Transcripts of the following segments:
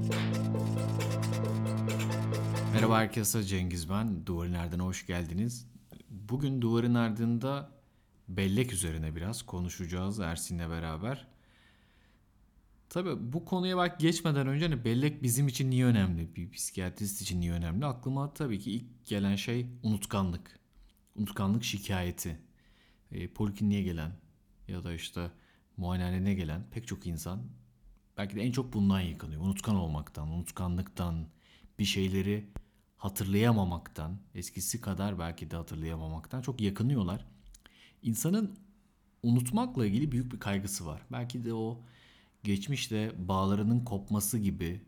Merhaba herkese, Cengiz ben. Duvarın Ardına hoş geldiniz. Bugün Duvarın Ardında bellek üzerine biraz konuşacağız Ersin'le beraber. Tabii bu konuya geçmeden önce bellek bizim için niye önemli? Bir psikiyatrist için niye önemli? Aklıma tabii ki ilk gelen şey unutkanlık. Unutkanlık şikayeti. Polikliniğe gelen ya da işte muayenehaneye gelen pek çok insan belki de en çok bundan yıkılıyor. Unutkan olmaktan, unutkanlıktan, bir şeyleri hatırlayamamaktan, eskisi kadar belki de hatırlayamamaktan çok yakınıyorlar. İnsanın unutmakla ilgili büyük bir kaygısı var. Belki de o geçmişte bağlarının kopması gibi,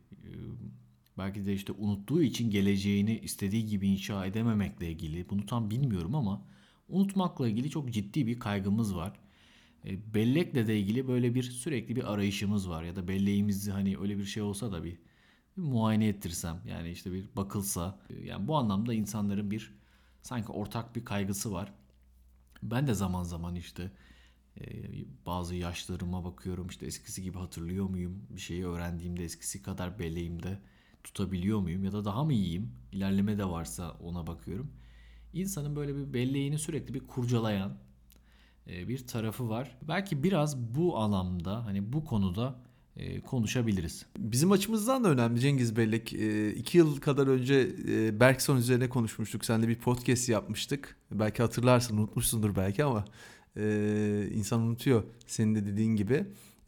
belki de işte unuttuğu için geleceğini istediği gibi inşa edememekle ilgili. Bunu tam bilmiyorum ama unutmakla ilgili çok ciddi bir kaygımız var. Bellekle de ilgili böyle sürekli bir arayışımız var ya da belleğimizi hani öyle bir şey olsa da bir muayene ettirsem yani işte bir bakılsa yani bu anlamda insanların sanki ortak bir kaygısı var. Ben de zaman zaman işte e, bazı yaşlarıma bakıyorum işte eskisi gibi hatırlıyor muyum? Bir şeyi öğrendiğimde eskisi kadar belleğimde tutabiliyor muyum ya da daha mı iyiyim? İlerleme de varsa ona bakıyorum. İnsanın böyle bir belleğini sürekli bir kurcalayan bir tarafı var. Belki biraz bu alanda hani bu konuda konuşabiliriz. Bizim açımızdan da önemli Cengiz Bellek. 2 yıl kadar önce Bergson üzerine konuşmuştuk. Seninle bir podcast yapmıştık. Belki hatırlarsın, unutmuşsundur belki ama insan unutuyor senin de dediğin gibi.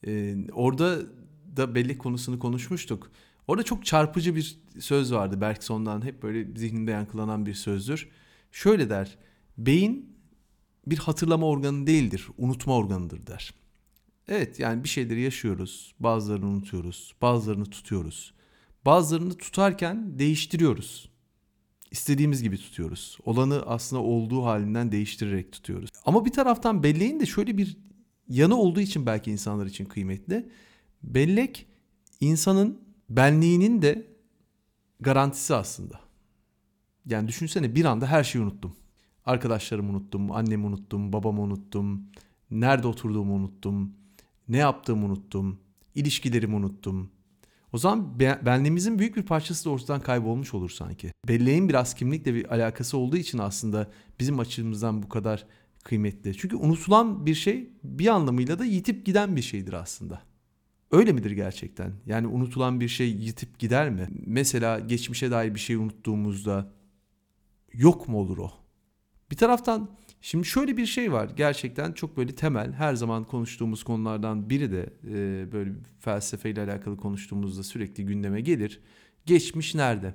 Orada da bellek konusunu konuşmuştuk. Orada çok çarpıcı bir söz vardı Bergson'dan. Hep böyle zihnimde yankılanan bir sözdür. Şöyle der: beyin bir hatırlama organı değildir, unutma organıdır der. Evet, yani bir şeyleri yaşıyoruz. Bazılarını unutuyoruz. Bazılarını tutuyoruz. Bazılarını tutarken değiştiriyoruz. İstediğimiz gibi tutuyoruz. Olanı aslında olduğu halinden değiştirerek tutuyoruz. Ama bir taraftan belleğin de şöyle bir yanı olduğu için belki insanlar için kıymetli. Bellek insanın benliğinin de garantisi aslında. Yani düşünsene, bir anda her şeyi unuttum. Arkadaşlarımı unuttum, annemi unuttum, babamı unuttum, nerede oturduğumu unuttum, ne yaptığımı unuttum, ilişkilerimi unuttum. O zaman benliğimizin büyük bir parçası da ortadan kaybolmuş olur sanki. Belleğin biraz kimlikle bir alakası olduğu için aslında bizim açımızdan bu kadar kıymetli. Çünkü unutulan bir şey bir anlamıyla da yitip giden bir şeydir aslında. Öyle midir gerçekten? Yani unutulan bir şey yitip gider mi? Mesela geçmişe dair bir şey unuttuğumuzda yok mu olur o? Bir taraftan şimdi şöyle bir şey var, gerçekten çok böyle temel, her zaman konuştuğumuz konulardan biri de böyle felsefeyle alakalı konuştuğumuzda sürekli gündeme gelir. Geçmiş nerede?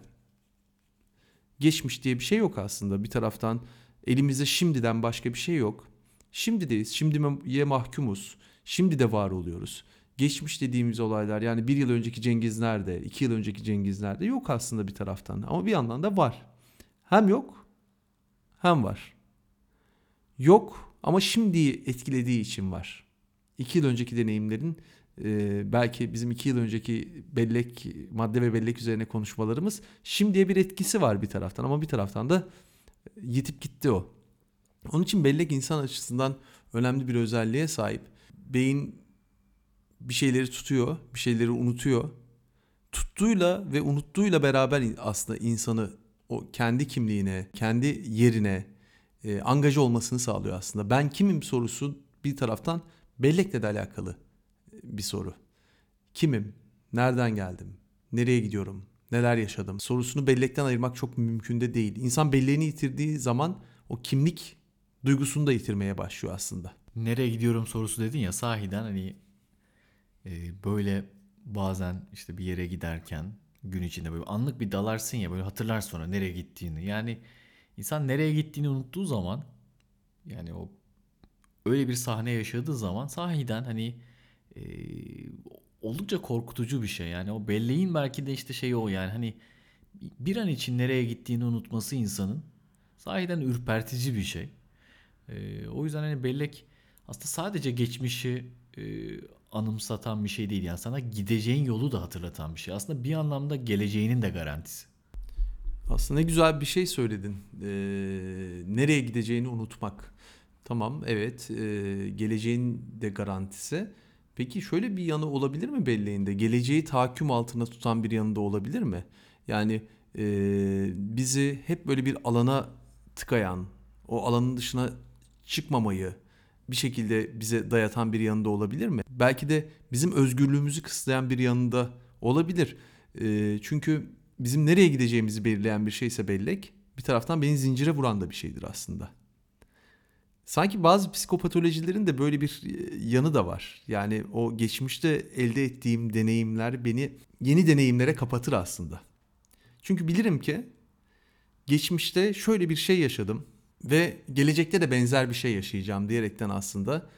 Geçmiş diye bir şey yok aslında. Bir taraftan elimizde şimdiden başka bir şey yok. Şimdideyiz, şimdiye mahkumuz, şimdi de var oluyoruz. Geçmiş dediğimiz olaylar, yani bir yıl önceki Cengiz nerede, 2 yıl önceki Cengiz nerede, yok aslında bir taraftan, ama bir yandan da var. Hem yok hem var. Yok ama şimdiyi etkilediği için var. 2 yıl önceki deneyimlerin belki bizim 2 yıl önceki bellek, madde ve bellek üzerine konuşmalarımız şimdiye bir etkisi var bir taraftan, ama bir taraftan da yitip gitti o. Onun için bellek insan açısından önemli bir özelliğe sahip. Beyin bir şeyleri tutuyor, bir şeyleri unutuyor. Tuttuğuyla ve unuttuğuyla beraber aslında insanı o kendi kimliğine, kendi yerine angaja olmasını sağlıyor aslında. Ben kimim sorusu bir taraftan bellekle de alakalı bir soru. Kimim? Nereden geldim? Nereye gidiyorum? Neler yaşadım? Sorusunu bellekten ayırmak çok mümkün de değil. İnsan belleğini yitirdiği zaman o kimlik duygusunu da yitirmeye başlıyor aslında. Nereye gidiyorum sorusu dedin ya sahiden hani böyle bazen işte bir yere giderken gün içinde böyle anlık bir dalarsın ya böyle hatırlar sonra nereye gittiğini. Yani insan nereye gittiğini unuttuğu zaman yani o öyle bir sahne yaşadığı zaman sahiden hani e, oldukça korkutucu bir şey. Yani o belleğin belki de işte şeyi o yani hani bir an için nereye gittiğini unutması insanın sahiden ürpertici bir şey. O yüzden hani bellek aslında sadece geçmişi anımsatan bir şey değil. Yani sana gideceğin yolu da hatırlatan bir şey. Aslında bir anlamda geleceğinin de garantisi. Aslında ne güzel bir şey söyledin. Nereye gideceğini unutmak. Tamam, evet, geleceğin de garantisi. Peki şöyle bir yanı olabilir mi belleğinde? Geleceği tahakküm altında tutan bir yanı da olabilir mi? Yani bizi hep böyle bir alana tıkayan, o alanın dışına çıkmamayı bir şekilde bize dayatan bir yanı da olabilir mi? Belki de bizim özgürlüğümüzü kısıtlayan bir yanı da olabilir. Çünkü bizim nereye gideceğimizi belirleyen bir şeyse bellek, bir taraftan beni zincire vuran da bir şeydir aslında. Sanki bazı psikopatolojilerin de böyle bir yanı da var. Yani o geçmişte elde ettiğim deneyimler beni yeni deneyimlere kapatır aslında. Çünkü bilirim ki geçmişte şöyle bir şey yaşadım ve gelecekte de benzer bir şey yaşayacağım diyerekten aslında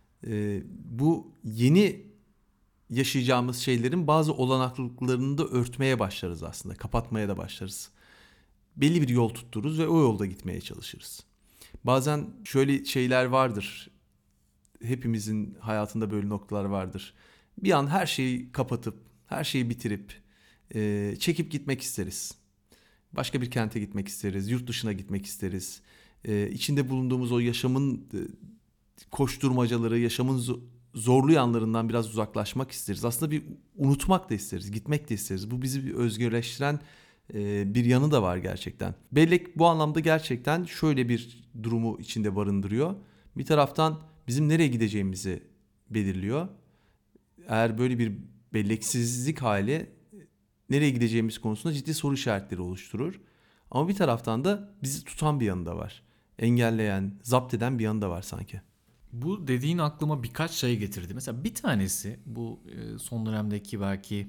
bu yeni yaşayacağımız şeylerin bazı olanaklıklarını da örtmeye başlarız aslında. Kapatmaya da başlarız. Belli bir yol tuttururuz ve o yolda gitmeye çalışırız. Bazen şöyle şeyler vardır. Hepimizin hayatında böyle noktalar vardır. Bir an her şeyi kapatıp, her şeyi bitirip, çekip gitmek isteriz. Başka bir kente gitmek isteriz, yurt dışına gitmek isteriz. İçinde bulunduğumuz o yaşamın koşturmacaları, yaşamın zorlu yanlarından biraz uzaklaşmak isteriz. Aslında bir unutmak da isteriz, gitmek de isteriz. Bu bizi bir özgürleştiren bir yanı da var gerçekten. Bellek bu anlamda gerçekten şöyle bir durumu içinde barındırıyor. Bir taraftan bizim nereye gideceğimizi belirliyor. Eğer böyle bir belleksizlik hali nereye gideceğimiz konusunda ciddi soru işaretleri oluşturur. Ama bir taraftan da bizi tutan bir yanı da var. Engelleyen, zapt eden bir yanı da var sanki. Bu dediğin aklıma birkaç şey getirdi. Mesela bir tanesi bu son dönemdeki belki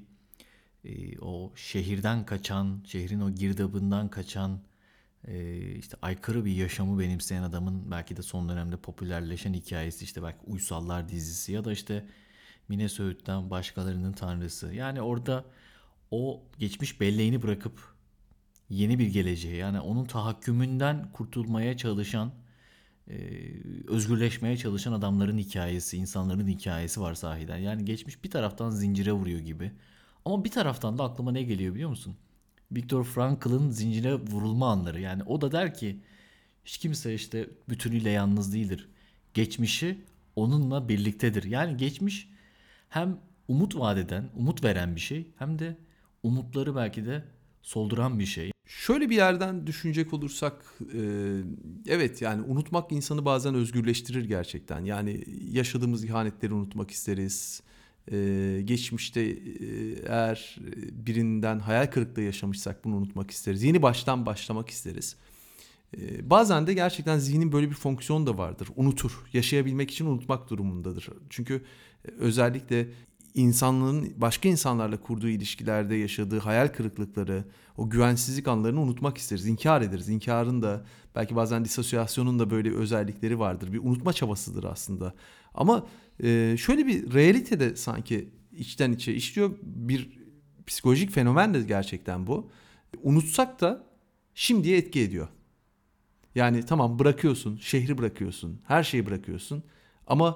o şehirden kaçan, şehrin o girdabından kaçan, işte aykırı bir yaşamı benimseyen adamın belki de son dönemde popülerleşen hikayesi, işte belki Uysallar dizisi ya da işte Mine Söğüt'ten Başkalarının Tanrısı. Yani orada o geçmiş belleğini bırakıp yeni bir geleceğe, yani onun tahakkümünden kurtulmaya çalışan, e, özgürleşmeye çalışan adamların hikayesi, insanların hikayesi var sahiden. Yani geçmiş bir taraftan zincire vuruyor gibi. Ama bir taraftan da aklıma ne geliyor biliyor musun? Viktor Frankl'ın zincire vurulma anları. Yani o da der ki hiç kimse işte bütünüyle yalnız değildir. Geçmişi onunla birliktedir. Yani geçmiş hem umut vadeden, umut veren bir şey, hem de umutları belki de solduran bir şey. Şöyle bir yerden düşünecek olursak, evet yani unutmak insanı bazen özgürleştirir gerçekten. Yani yaşadığımız ihanetleri unutmak isteriz. Geçmişte eğer birinden hayal kırıklığı yaşamışsak bunu unutmak isteriz. Yeni baştan başlamak isteriz. Bazen de gerçekten zihnin böyle bir fonksiyonu da vardır. Unutur. Yaşayabilmek için unutmak durumundadır. Çünkü özellikle insanlığın başka insanlarla kurduğu ilişkilerde yaşadığı hayal kırıklıkları, o güvensizlik anlarını unutmak isteriz. İnkar ederiz. İnkarın da belki bazen disosyasyonun da böyle özellikleri vardır. Bir unutma çabasıdır aslında. Ama şöyle bir realitede sanki içten içe işliyor. Bir psikolojik fenomen de gerçekten bu. Unutsak da şimdiye etki ediyor. Yani tamam bırakıyorsun, şehri bırakıyorsun, her şeyi bırakıyorsun. Ama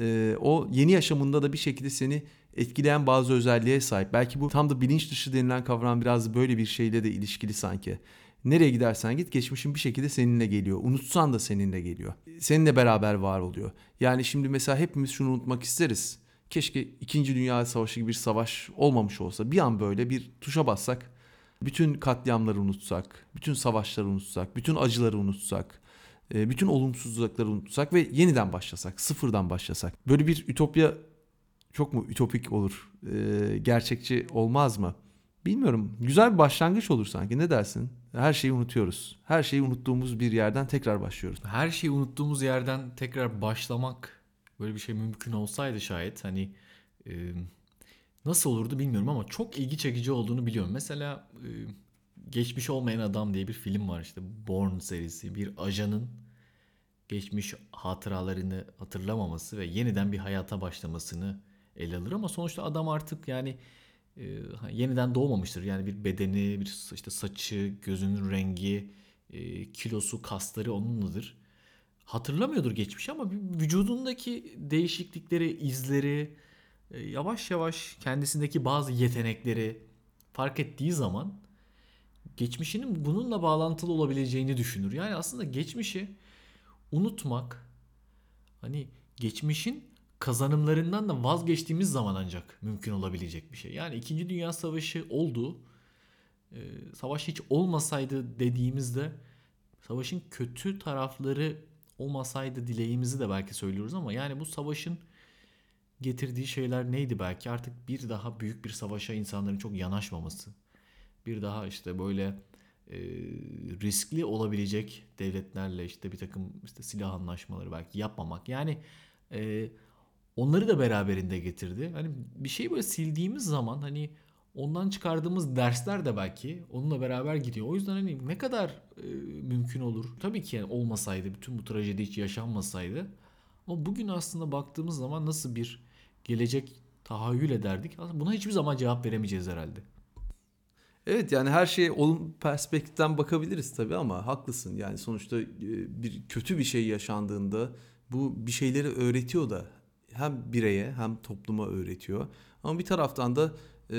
o yeni yaşamında da bir şekilde seni etkileyen bazı özelliğe sahip. Belki bu tam da bilinç dışı denilen kavram biraz böyle bir şeyle de ilişkili sanki. Nereye gidersen git geçmişin bir şekilde seninle geliyor. Unutsan da seninle geliyor. Seninle beraber var oluyor. Yani şimdi mesela hepimiz şunu unutmak isteriz. Keşke 2. Dünya Savaşı gibi bir savaş olmamış olsa. Bir an böyle bir tuşa bassak, bütün katliamları unutsak, bütün savaşları unutsak, bütün acıları unutsak, bütün olumsuzlukları unutsak ve yeniden başlasak, sıfırdan başlasak. Böyle bir ütopya çok mu ütopik olur? Gerçekçi olmaz mı? Bilmiyorum. Güzel bir başlangıç olur sanki. Ne dersin? Her şeyi unutuyoruz. Her şeyi unuttuğumuz bir yerden tekrar başlıyoruz. Her şeyi unuttuğumuz yerden tekrar başlamak, böyle bir şey mümkün olsaydı şayet, hani e, nasıl olurdu bilmiyorum ama çok ilgi çekici olduğunu biliyorum. Mesela Geçmiş Olmayan Adam diye bir film var, işte Bourne serisi. Bir ajanın geçmiş hatıralarını hatırlamaması ve yeniden bir hayata başlamasını ele alır ama sonuçta adam artık yani yeniden doğmamıştır. Yani bir bedeni, bir işte saçı, gözünün rengi, kilosu, kasları onunladır. Hatırlamıyordur geçmiş ama vücudundaki değişiklikleri, izleri, yavaş yavaş kendisindeki bazı yetenekleri fark ettiği zaman geçmişinin bununla bağlantılı olabileceğini düşünür. Yani aslında geçmişi unutmak, hani geçmişin kazanımlarından da vazgeçtiğimiz zaman ancak mümkün olabilecek bir şey. Yani 2. Dünya Savaşı oldu. Savaş hiç olmasaydı dediğimizde savaşın kötü tarafları olmasaydı dileğimizi de belki söylüyoruz ama yani bu savaşın getirdiği şeyler neydi belki? Artık bir daha büyük bir savaşa insanların çok yanaşmaması. Bir daha işte böyle e, riskli olabilecek devletlerle işte bir takım işte silah anlaşmaları belki yapmamak. Yani e, onları da beraberinde getirdi. Hani bir şeyi böyle sildiğimiz zaman hani ondan çıkardığımız dersler de belki onunla beraber gidiyor. O yüzden hani ne kadar mümkün olur? Tabii ki yani olmasaydı, bütün bu trajedi hiç yaşanmasaydı. Ama bugün aslında baktığımız zaman nasıl bir gelecek tahayyül ederdik? Aslında buna hiçbir zaman cevap veremeyeceğiz herhalde. Evet, yani her şeye olumlu perspektiften bakabiliriz tabii ama haklısın. Yani sonuçta bir kötü bir şey yaşandığında bu bir şeyleri öğretiyor da hem bireye hem topluma öğretiyor. Ama bir taraftan da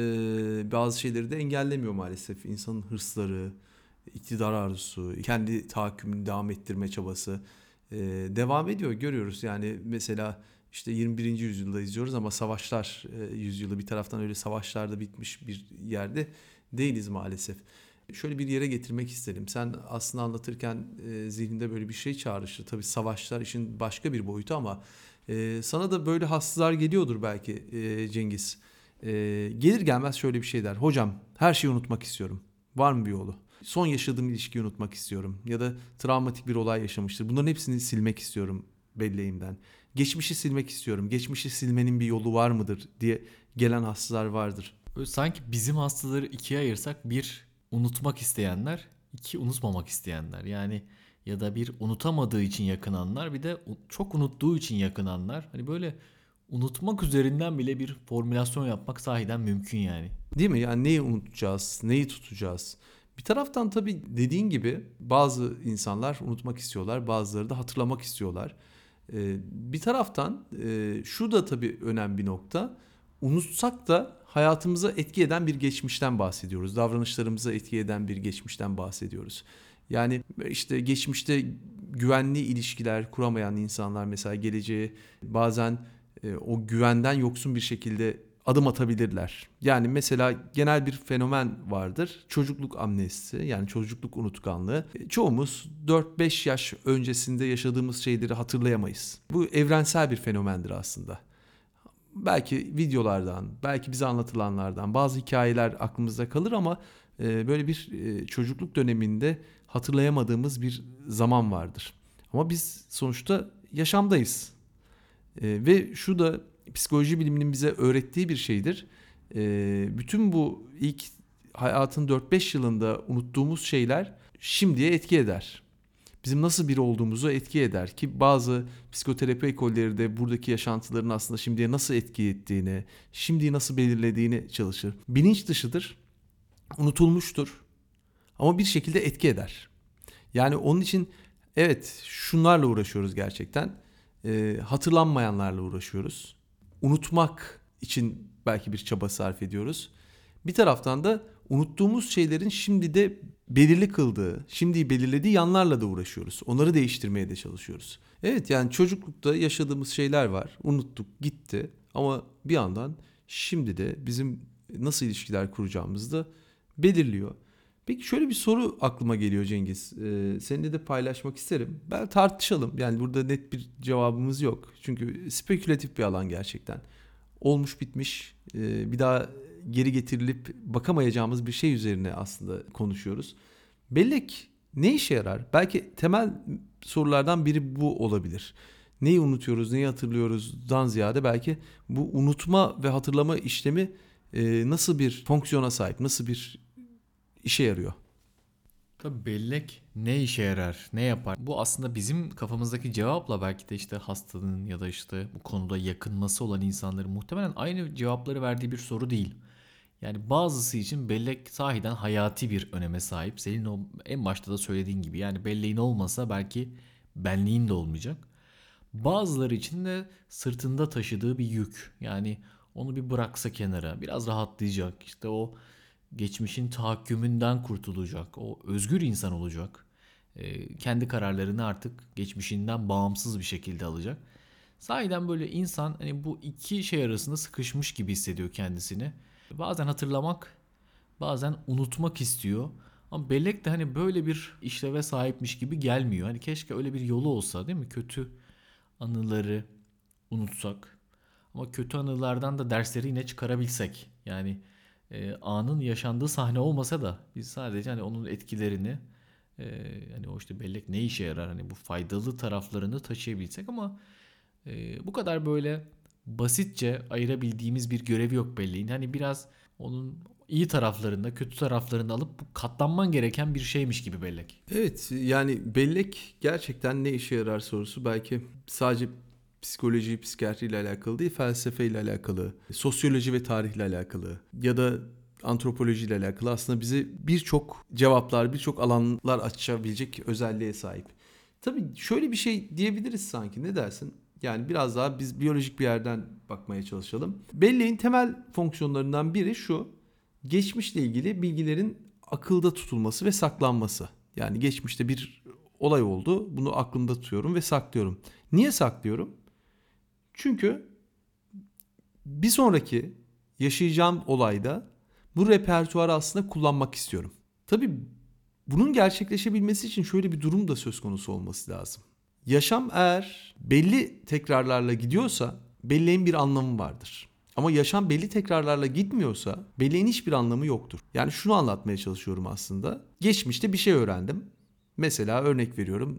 bazı şeyleri de engellemiyor maalesef. İnsanın hırsları, iktidar arzusu, kendi tahakkümünü devam ettirme çabası devam ediyor. Görüyoruz yani mesela işte 21. yüzyılda izliyoruz ama savaşlar yüzyılı, bir taraftan öyle savaşlarda bitmiş bir yerde değiliz maalesef. Şöyle bir yere getirmek isterim. Sen aslında anlatırken zihninde böyle bir şey çağrıştı. Tabii savaşlar işin başka bir boyutu ama sana da böyle hastalar geliyordur belki Cengiz. Gelir gelmez şöyle bir şey der. Hocam, her şeyi unutmak istiyorum. Var mı bir yolu? Son yaşadığım ilişkiyi unutmak istiyorum. Ya da travmatik bir olay yaşamıştır. Bunların hepsini silmek istiyorum belleğimden. Geçmişi silmek istiyorum. Geçmişi silmenin bir yolu var mıdır diye gelen hastalar vardır. Böyle sanki bizim hastaları ikiye ayırsak, bir unutmak isteyenler, iki unutmamak isteyenler. Yani ya da bir unutamadığı için yakınanlar, bir de çok unuttuğu için yakınanlar. Hani böyle unutmak üzerinden bile bir formülasyon yapmak sahiden mümkün yani. Değil mi? Yani neyi unutacağız, neyi tutacağız? Bir taraftan tabii dediğin gibi bazı insanlar unutmak istiyorlar, bazıları da hatırlamak istiyorlar. Bir taraftan şu da tabii önemli bir nokta. Unutsak da hayatımıza etki eden bir geçmişten bahsediyoruz. Davranışlarımıza etki eden bir geçmişten bahsediyoruz. Yani işte geçmişte güvenli ilişkiler kuramayan insanlar mesela geleceğe bazen o güvenden yoksun bir şekilde adım atabilirler. Yani mesela genel bir fenomen vardır. Çocukluk amnesisi, yani çocukluk unutkanlığı. Çoğumuz 4-5 yaş öncesinde yaşadığımız şeyleri hatırlayamayız. Bu evrensel bir fenomendir aslında. Belki videolardan, belki bize anlatılanlardan bazı hikayeler aklımızda kalır ama böyle bir çocukluk döneminde hatırlayamadığımız bir zaman vardır. Ama biz sonuçta yaşamdayız. Ve şu da psikoloji biliminin bize öğrettiği bir şeydir. Bütün bu ilk hayatın 4-5 yılında unuttuğumuz şeyler şimdiye etki eder. Bizim nasıl biri olduğumuzu etki eder ki bazı psikoterapi ekolleri de buradaki yaşantıların aslında şimdiye nasıl etki ettiğini, şimdiyi nasıl belirlediğini çalışır. Bilinç dışıdır, unutulmuştur ama bir şekilde etki eder. Yani onun için evet, şunlarla uğraşıyoruz gerçekten. Hatırlanmayanlarla uğraşıyoruz. Unutmak için belki bir çaba sarf ediyoruz. Bir taraftan da unuttuğumuz şeylerin şimdi de belirli kıldığı, şimdiyi belirlediği yanlarla da uğraşıyoruz. Onları değiştirmeye de çalışıyoruz. Evet, yani çocuklukta yaşadığımız şeyler var. Unuttuk, gitti. Ama bir yandan şimdi de bizim nasıl ilişkiler kuracağımızı da belirliyor. Peki şöyle bir soru aklıma geliyor Cengiz. Seninle de paylaşmak isterim. Ben tartışalım. Yani burada net bir cevabımız yok. Çünkü spekülatif bir alan gerçekten. Olmuş bitmiş, bir daha geri getirilip bakamayacağımız bir şey üzerine aslında konuşuyoruz. Bellek ne işe yarar? Belki temel sorulardan biri bu olabilir. Neyi unutuyoruz, neyi hatırlıyoruzdan ziyade belki bu unutma ve hatırlama işlemi nasıl bir fonksiyona sahip, nasıl bir işe yarıyor? Tabii bellek ne işe yarar, ne yapar? Bu aslında bizim kafamızdaki cevapla belki de işte hastanın ya da işte bu konuda yakınması olan insanların muhtemelen aynı cevapları verdiği bir soru değil. Yani bazısı için bellek sahiden hayati bir öneme sahip. Senin o en başta da söylediğin gibi yani belleğin olmasa belki benliğin de olmayacak. Bazıları için de sırtında taşıdığı bir yük. Yani onu bir bıraksa kenara biraz rahatlayacak. İşte o geçmişin tahakkümünden kurtulacak. O özgür insan olacak. Kendi kararlarını artık geçmişinden bağımsız bir şekilde alacak. Sahiden böyle insan hani bu iki şey arasında sıkışmış gibi hissediyor kendisini. Bazen hatırlamak, bazen unutmak istiyor. Ama bellek de hani böyle bir işleve sahipmiş gibi gelmiyor. Hani keşke öyle bir yolu olsa, değil mi? Kötü anıları unutsak. Ama kötü anılardan da dersleri yine çıkarabilsek. Yani anın yaşandığı sahne olmasa da biz sadece hani onun etkilerini, hani o işte bellek ne işe yarar, hani bu faydalı taraflarını taşıyabilsek. Ama bu kadar böyle basitçe ayırabildiğimiz bir görevi yok belleğin. Hani biraz onun iyi taraflarında, kötü taraflarını alıp bu katlanman gereken bir şeymiş gibi bellek. Evet, yani bellek gerçekten ne işe yarar sorusu belki sadece psikoloji, psikiyatri ile alakalı değil, felsefe ile alakalı, sosyoloji ve tarihle alakalı ya da antropoloji ile alakalı aslında bize birçok cevaplar, birçok alanlar açabilecek özelliğe sahip. Tabii şöyle bir şey diyebiliriz sanki, ne dersin? Yani biraz daha biz biyolojik bir yerden bakmaya çalışalım. Belleğin temel fonksiyonlarından biri şu: geçmişle ilgili bilgilerin akılda tutulması ve saklanması. Yani geçmişte bir olay oldu, bunu aklımda tutuyorum ve saklıyorum. Niye saklıyorum? Çünkü bir sonraki yaşayacağım olayda bu repertuarı aslında kullanmak istiyorum. Tabii bunun gerçekleşebilmesi için şöyle bir durum da söz konusu olması lazım. Yaşam eğer belli tekrarlarla gidiyorsa belleğin bir anlamı vardır. Ama yaşam belli tekrarlarla gitmiyorsa belleğin hiçbir anlamı yoktur. Yani şunu anlatmaya çalışıyorum aslında. Geçmişte bir şey öğrendim. Mesela örnek veriyorum,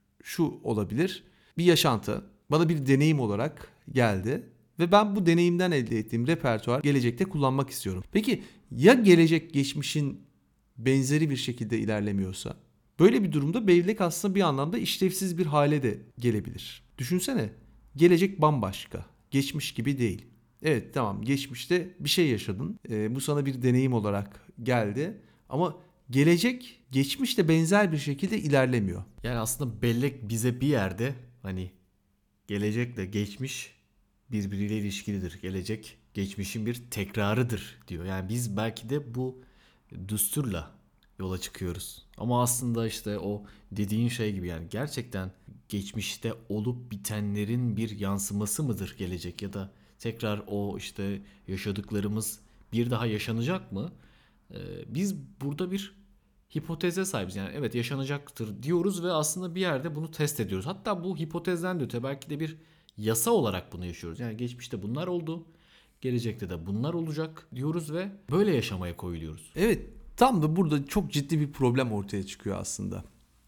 şu olabilir: bir yaşantı bana bir deneyim olarak geldi ve ben bu deneyimden elde ettiğim repertuar gelecekte kullanmak istiyorum. Peki ya gelecek geçmişin benzeri bir şekilde ilerlemiyorsa? Böyle bir durumda bellek aslında bir anlamda işlevsiz bir hale de gelebilir. Düşünsene, gelecek bambaşka, geçmiş gibi değil. Evet, tamam, geçmişte bir şey yaşadın, bu sana bir deneyim olarak geldi ama gelecek geçmişle benzer bir şekilde ilerlemiyor. Yani aslında bellek bize bir yerde hani gelecekle geçmiş birbiriyle ilişkilidir. Gelecek geçmişin bir tekrarıdır diyor. Yani biz belki de bu düsturla yola çıkıyoruz. Ama aslında işte o dediğin şey gibi, yani gerçekten geçmişte olup bitenlerin bir yansıması mıdır gelecek, ya da tekrar o işte yaşadıklarımız bir daha yaşanacak mı? Biz burada bir hipoteze sahibiz. Yani evet, yaşanacaktır diyoruz ve aslında bir yerde bunu test ediyoruz. Hatta bu hipotezden de öte belki de bir yasa olarak bunu yaşıyoruz. Yani geçmişte bunlar oldu, gelecekte de bunlar olacak diyoruz ve böyle yaşamaya koyuluyoruz. Evet, tam da burada çok ciddi bir problem ortaya çıkıyor aslında.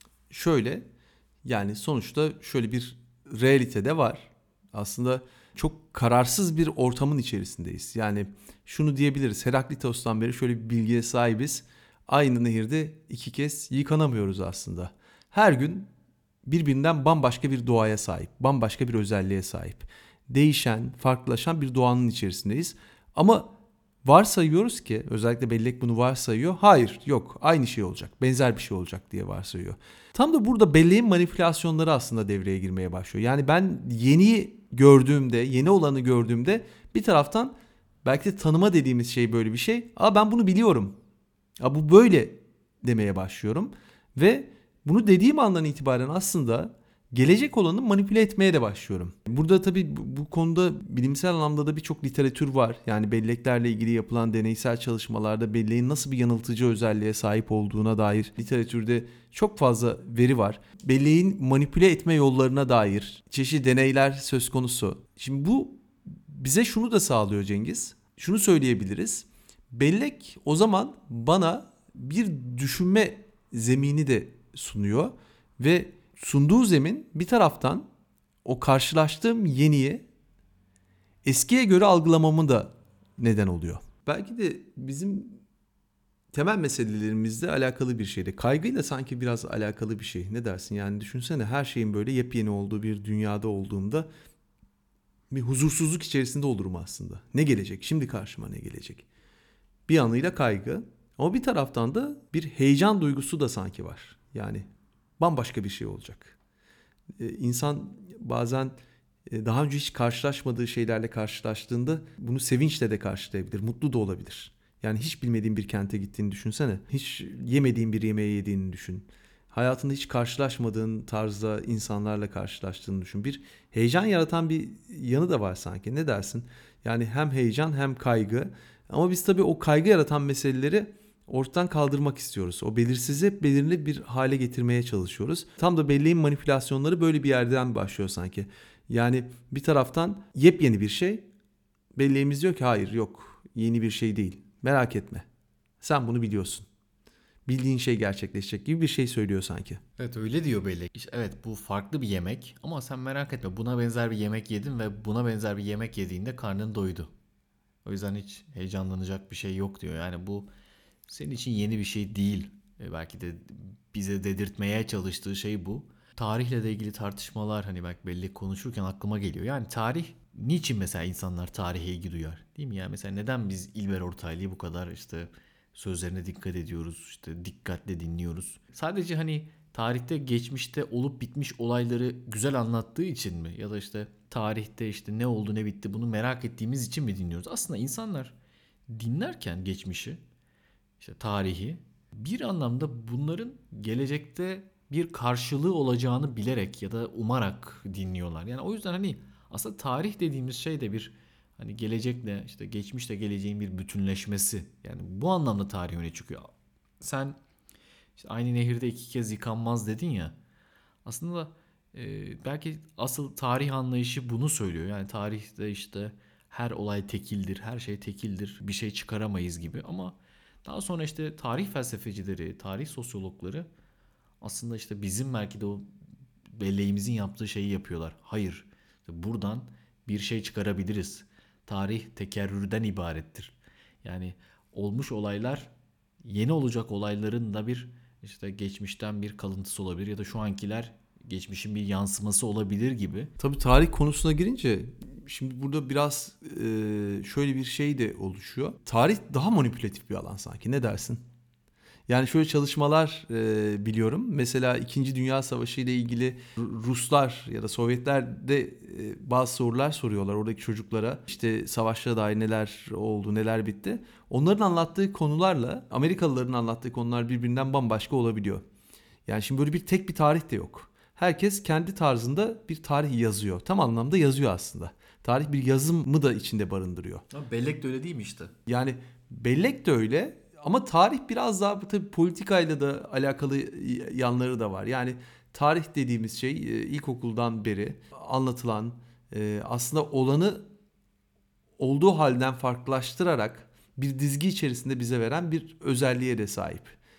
Şöyle, yani sonuçta şöyle bir realite de var. Aslında çok kararsız bir ortamın içerisindeyiz. Yani şunu diyebiliriz: Heraklitos'tan beri şöyle bir bilgiye sahibiz: aynı nehirde iki kez yıkanamıyoruz aslında. Her gün birbirinden bambaşka bir doğaya sahip, bambaşka bir özelliğe sahip. Değişen, farklılaşan bir doğanın içerisindeyiz. Ama varsayıyoruz ki, özellikle bellek bunu varsayıyor: hayır, yok, aynı şey olacak, benzer bir şey olacak diye varsayıyor. Tam da burada belleğin manipülasyonları aslında devreye girmeye başlıyor. Yani ben yeni gördüğümde, yeni olanı gördüğümde bir taraftan belki de tanıma dediğimiz şey böyle bir şey. Aa, ben bunu biliyorum. Aa, bu böyle demeye başlıyorum. Ve bunu dediğim andan itibaren aslında gelecek olanı manipüle etmeye de başlıyorum. Burada tabii bu konuda bilimsel anlamda da birçok literatür var. Yani belleklerle ilgili yapılan deneysel çalışmalarda belleğin nasıl bir yanıltıcı özelliğe sahip olduğuna dair literatürde çok fazla veri var. Belleğin manipüle etme yollarına dair çeşitli deneyler söz konusu. Şimdi bu bize şunu da sağlıyor Cengiz. Şunu söyleyebiliriz: bellek o zaman bana bir düşünme zemini de sunuyor ve sunduğu zemin bir taraftan o karşılaştığım yeniyi eskiye göre algılamamı da neden oluyor. Belki de bizim temel meselelerimizle alakalı bir şeydi. Kaygıyla sanki biraz alakalı bir şey. Ne dersin? Yani düşünsene, her şeyin böyle yepyeni olduğu bir dünyada olduğumda bir huzursuzluk içerisinde olurum aslında. Ne gelecek? Şimdi karşıma ne gelecek? Bir yanıyla kaygı, ama bir taraftan da bir heyecan duygusu da sanki var. Yani bambaşka bir şey olacak. İnsan bazen daha önce hiç karşılaşmadığı şeylerle karşılaştığında bunu sevinçle de karşılayabilir, mutlu da olabilir. Yani hiç bilmediğin bir kente gittiğini düşünsene. Hiç yemediğin bir yemeği yediğini düşün. hayatında hiç karşılaşmadığın tarzda insanlarla karşılaştığını düşün. Bir heyecan yaratan bir yanı da var sanki. Ne dersin? Yani hem heyecan hem kaygı. Ama biz tabii o kaygı yaratan meseleleri ortadan kaldırmak istiyoruz. O belirsizliği belirli bir hale getirmeye çalışıyoruz. Tam da belleğin manipülasyonları böyle bir yerden başlıyor sanki. Yani bir taraftan yepyeni bir şey. Belleğimiz diyor ki hayır, yok, yeni bir şey değil. Merak etme. Sen bunu biliyorsun. Bildiğin şey gerçekleşecek gibi bir şey söylüyor sanki. Evet, öyle diyor bellek. İşte evet, bu farklı bir yemek ama sen merak etme, buna benzer bir yemek yedin ve buna benzer bir yemek yediğinde karnın doydu. O yüzden hiç heyecanlanacak bir şey yok diyor. Yani bu senin için yeni bir şey değil. Belki de bize dedirtmeye çalıştığı şey bu. Tarihle de ilgili tartışmalar hani belki belli konuşurken aklıma geliyor. Yani tarih, niçin mesela insanlar tarihe ilgi duyar? Değil mi? Yani mesela neden biz İlber Ortaylı'yı bu kadar işte sözlerine dikkat ediyoruz, işte dikkatle dinliyoruz? Sadece hani tarihte geçmişte olup bitmiş olayları güzel anlattığı için mi? Ya da işte tarihte işte ne oldu ne bitti bunu merak ettiğimiz için mi dinliyoruz? Aslında insanlar dinlerken geçmişi, işte tarihi, bir anlamda bunların gelecekte bir karşılığı olacağını bilerek ya da umarak dinliyorlar. Yani o yüzden hani aslında tarih dediğimiz şey de bir hani gelecekle işte geçmişle geleceğin bir bütünleşmesi. Yani bu anlamda tarih öne çıkıyor. Sen işte aynı nehirde iki kez yıkanmaz dedin ya. Aslında belki asıl tarih anlayışı bunu söylüyor. Yani tarihte işte her olay tekildir, her şey tekildir, bir şey çıkaramayız gibi. Ama daha sonra işte tarih felsefecileri, tarih sosyologları aslında işte bizim belki de o belleğimizin yaptığı şeyi yapıyorlar. Hayır, işte buradan bir şey çıkarabiliriz. Tarih tekerrürden ibarettir. Yani olmuş olaylar yeni olacak olayların da bir işte geçmişten bir kalıntısı olabilir ya da şu ankiler geçmişin bir yansıması olabilir gibi. Tabii tarih konusuna girince şimdi burada biraz şöyle bir şey de oluşuyor. Tarih daha manipülatif bir alan sanki. Ne dersin? Yani şöyle çalışmalar biliyorum. Mesela İkinci Dünya Savaşı ile ilgili Ruslar ya da Sovyetler de bazı sorular soruyorlar oradaki çocuklara. İşte savaşlara dair neler oldu, neler bitti. Onların anlattığı konularla Amerikalıların anlattığı konular birbirinden bambaşka olabiliyor. Yani şimdi böyle tek bir tarih de yok. Herkes kendi tarzında bir tarih yazıyor. Tam anlamda yazıyor aslında. Tarih bir yazımı da içinde barındırıyor. Ama bellek de öyle değil mi işte? Yani bellek de öyle ama tarih biraz daha tabii politikayla da alakalı yanları da var. Yani tarih dediğimiz şey ilkokuldan beri anlatılan, aslında olanı olduğu halden farklılaştırarak bir dizgi içerisinde bize veren bir özelliğe de sahip.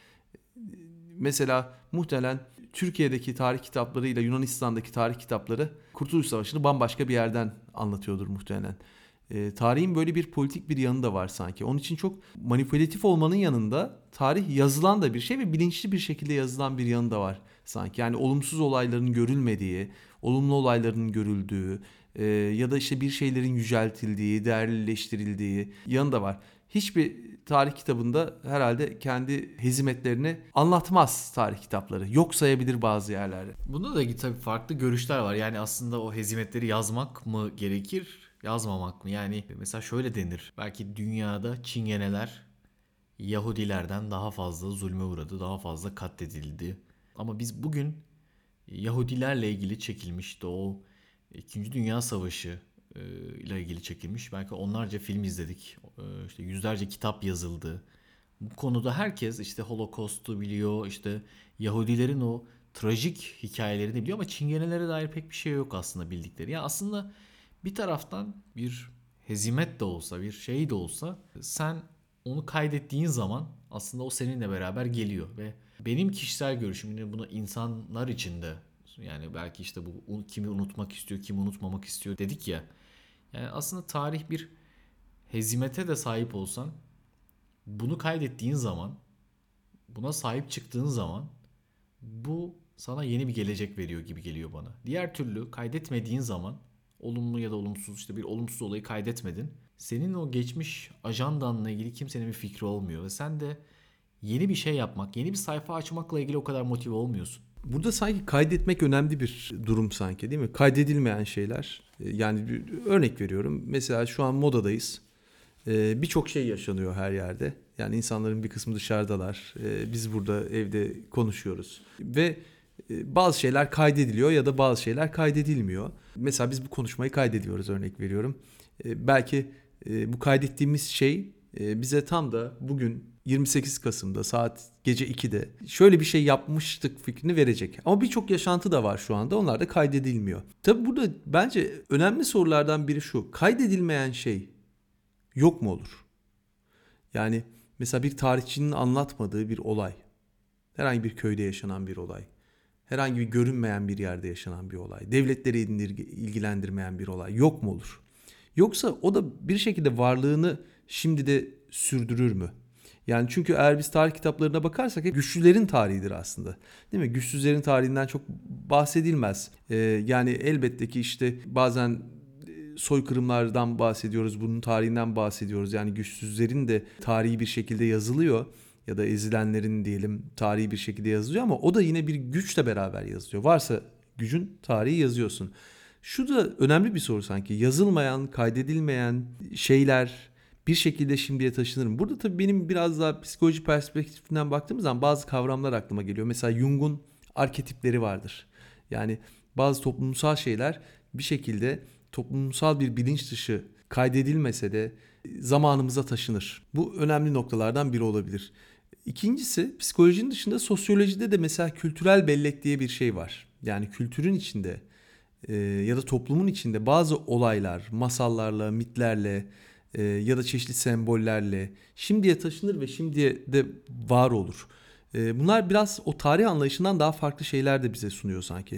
Mesela muhtemelen Türkiye'deki tarih kitaplarıyla Yunanistan'daki tarih kitapları Kurtuluş Savaşı'nı bambaşka bir yerden anlatıyordur muhtemelen. Tarihin böyle bir politik bir yanı da var sanki. Onun için çok manipülatif olmanın yanında tarih yazılan da bir şey ve bilinçli bir şekilde yazılan bir yanı da var sanki. Yani olumsuz olayların görülmediği, olumlu olayların görüldüğü ya da işte bir şeylerin yüceltildiği, değerlileştirildiği yanı da var. Hiçbir tarih kitabında herhalde kendi hezimetlerini anlatmaz tarih kitapları. Yok sayabilir bazı yerlerde. Bunda da tabii farklı görüşler var. Yani aslında o hezimetleri yazmak mı gerekir, yazmamak mı? Yani mesela şöyle denir. Belki dünyada Çingeneler Yahudilerden daha fazla zulme uğradı, daha fazla katledildi. Ama biz bugün Yahudilerle ilgili çekilmiş işte o İkinci Dünya Savaşı ile ilgili çekilmiş. Belki onlarca film izledik. İşte yüzlerce kitap yazıldı. Bu konuda herkes işte Holocaust'u biliyor, işte Yahudilerin o trajik hikayelerini biliyor ama Çingenelere dair pek bir şey yok aslında bildikleri. Ya aslında bir taraftan bir hezimet de olsa, bir şey de olsa sen onu kaydettiğin zaman aslında o seninle beraber geliyor ve benim kişisel görüşüm yine buna insanlar için de yani belki işte bu kimi unutmak istiyor, kimi unutmamak istiyor dedik ya. Yani aslında tarih bir hezimete de sahip olsan bunu kaydettiğin zaman, buna sahip çıktığın zaman bu sana yeni bir gelecek veriyor gibi geliyor bana. Diğer türlü kaydetmediğin zaman olumlu ya da olumsuz işte bir olumsuz olayı kaydetmedin. Senin o geçmiş ajandanla ilgili kimsenin bir fikri olmuyor ve sen de yeni bir şey yapmak, yeni bir sayfa açmakla ilgili o kadar motive olmuyorsun. Burada sanki kaydetmek önemli bir durum sanki, değil mi? Kaydedilmeyen şeyler. Yani bir örnek veriyorum. Mesela şu an modadayız. Birçok şey yaşanıyor her yerde. Yani insanların bir kısmı dışarıdalar. Biz burada evde konuşuyoruz. Ve bazı şeyler kaydediliyor ya da bazı şeyler kaydedilmiyor. Mesela biz bu konuşmayı kaydediyoruz, örnek veriyorum. Belki bu kaydettiğimiz şey bize tam da bugün 28 Kasım'da saat gece 2'de şöyle bir şey yapmıştık fikrini verecek. Ama birçok yaşantı da var şu anda. Onlar da kaydedilmiyor. Tabii burada bence önemli sorulardan biri şu. Kaydedilmeyen şey yok mu olur? Yani mesela bir tarihçinin anlatmadığı bir olay. Herhangi bir köyde yaşanan bir olay. Herhangi bir görünmeyen bir yerde yaşanan bir olay. Devletleri ilgilendirmeyen bir olay yok mu olur? Yoksa o da bir şekilde varlığını şimdi de sürdürür mü? Yani çünkü eğer biz tarih kitaplarına bakarsak hep güçlülerin tarihidir aslında. Değil mi? Güçsüzlerin tarihinden çok bahsedilmez. Yani elbette ki işte bazen soykırımlardan bahsediyoruz, bunun tarihinden bahsediyoruz. Yani güçsüzlerin de tarihi bir şekilde yazılıyor ya da ezilenlerin diyelim tarihi bir şekilde yazılıyor ama o da yine bir güçle beraber yazılıyor. Varsa gücün tarihi yazıyorsun. Şu da önemli bir soru sanki. Yazılmayan, kaydedilmeyen şeyler bir şekilde şimdiye taşınır mı? Burada tabii benim biraz daha psikoloji perspektifinden baktığımız zaman bazı kavramlar aklıma geliyor. Mesela Jung'un arketipleri vardır. Yani bazı toplumsal şeyler bir şekilde toplumsal bir bilinç dışı kaydedilmese de zamanımıza taşınır. Bu önemli noktalardan biri olabilir. İkincisi, psikolojinin dışında sosyolojide de mesela kültürel bellek diye bir şey var. Yani kültürün içinde ya da toplumun içinde bazı olaylar, masallarla, mitlerle ya da çeşitli sembollerle şimdiye taşınır ve şimdiye de var olur. Bunlar biraz o tarih anlayışından daha farklı şeyler de bize sunuyor sanki.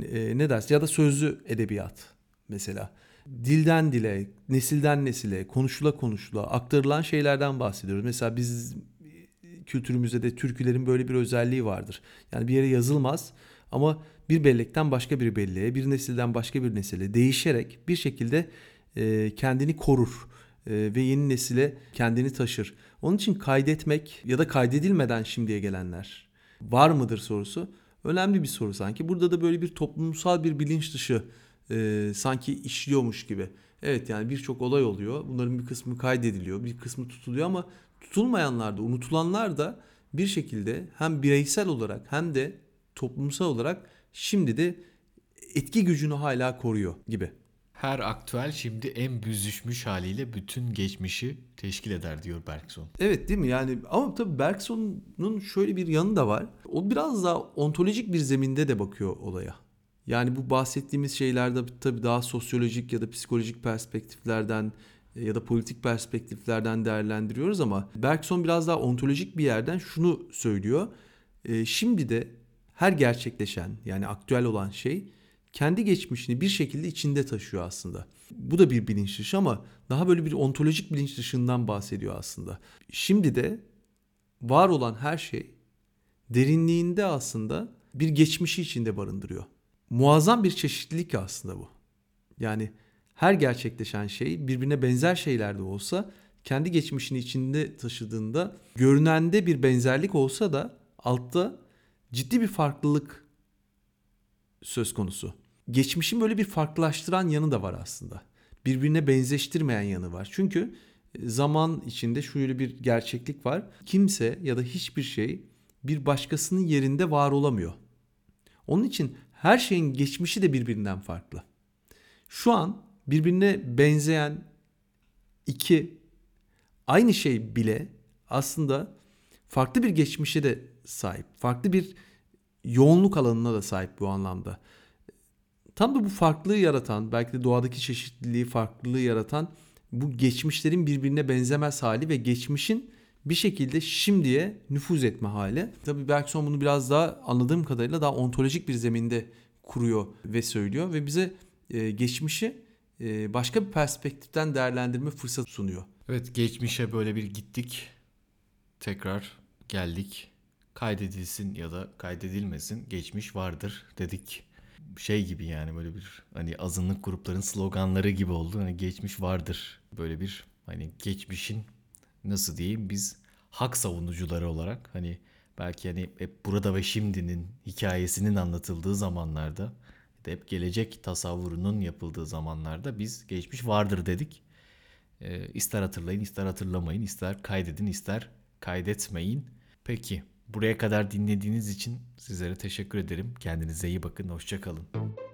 Ne dersin? Ya da sözlü edebiyat mesela. Dilden dile, nesilden nesile, konuşula konuşula aktarılan şeylerden bahsediyoruz. Mesela biz kültürümüzde de türkülerin böyle bir özelliği vardır. Yani bir yere yazılmaz ama bir bellekten başka bir belleğe, bir nesilden başka bir nesile değişerek bir şekilde kendini korur ve yeni nesile kendini taşır. Onun için kaydetmek ya da kaydedilmeden şimdiye gelenler var mıdır sorusu önemli bir soru sanki. Burada da böyle bir toplumsal bir bilinç dışı sanki işliyormuş gibi. Evet, yani birçok olay oluyor. Bunların bir kısmı kaydediliyor, bir kısmı tutuluyor ama tutulmayanlar da, unutulanlar da bir şekilde hem bireysel olarak hem de toplumsal olarak şimdi de etki gücünü hala koruyor gibi. Her aktüel şimdi en büzüşmüş haliyle bütün geçmişi teşkil eder diyor Bergson. Evet, değil mi? Yani ama tabii Bergson'un şöyle bir yanı da var. O biraz daha ontolojik bir zeminde de bakıyor olaya. Yani bu bahsettiğimiz şeylerde tabii daha sosyolojik ya da psikolojik perspektiflerden ya da politik perspektiflerden değerlendiriyoruz ama Bergson biraz daha ontolojik bir yerden şunu söylüyor. Şimdi de her gerçekleşen, yani aktüel olan şey kendi geçmişini bir şekilde içinde taşıyor aslında. Bu da bir bilinç dışı ama daha böyle bir ontolojik bilinç dışından bahsediyor aslında. Şimdi de var olan her şey derinliğinde aslında bir geçmişi içinde barındırıyor. Muazzam bir çeşitlilik aslında bu. Yani her gerçekleşen şey birbirine benzer şeyler de olsa kendi geçmişini içinde taşıdığında görünende bir benzerlik olsa da altta ciddi bir farklılık söz konusu. Geçmişin böyle bir farklılaştıran yanı da var aslında. Birbirine benzeştirmeyen yanı var. Çünkü zaman içinde şöyle bir gerçeklik var. Kimse ya da hiçbir şey bir başkasının yerinde var olamıyor. Onun için her şeyin geçmişi de birbirinden farklı. Şu an birbirine benzeyen iki aynı şey bile aslında farklı bir geçmişe de sahip. Farklı bir yoğunluk alanına da sahip bu anlamda. Tam da bu farklılığı yaratan, belki de doğadaki çeşitliliği, farklılığı yaratan bu geçmişlerin birbirine benzemez hali ve geçmişin bir şekilde şimdiye nüfuz etme hali. Tabii Bergson bunu biraz daha anladığım kadarıyla daha ontolojik bir zeminde kuruyor ve söylüyor ve bize geçmişi başka bir perspektiften değerlendirme fırsatı sunuyor. Evet, geçmişe böyle bir gittik, tekrar geldik. Kaydedilsin ya da kaydedilmesin, geçmiş vardır dedik. Şey gibi, yani böyle bir hani azınlık grupların sloganları gibi oldu. Hani geçmiş vardır. Böyle bir hani geçmişin, nasıl diyeyim, biz hak savunucuları olarak hani belki hani hep burada ve şimdinin hikayesinin anlatıldığı zamanlarda, hep gelecek tasavvurunun yapıldığı zamanlarda biz geçmiş vardır dedik. İster hatırlayın, ister hatırlamayın, ister kaydedin, ister kaydetmeyin. Peki, buraya kadar dinlediğiniz için sizlere teşekkür ederim. Kendinize iyi bakın, hoşça kalın.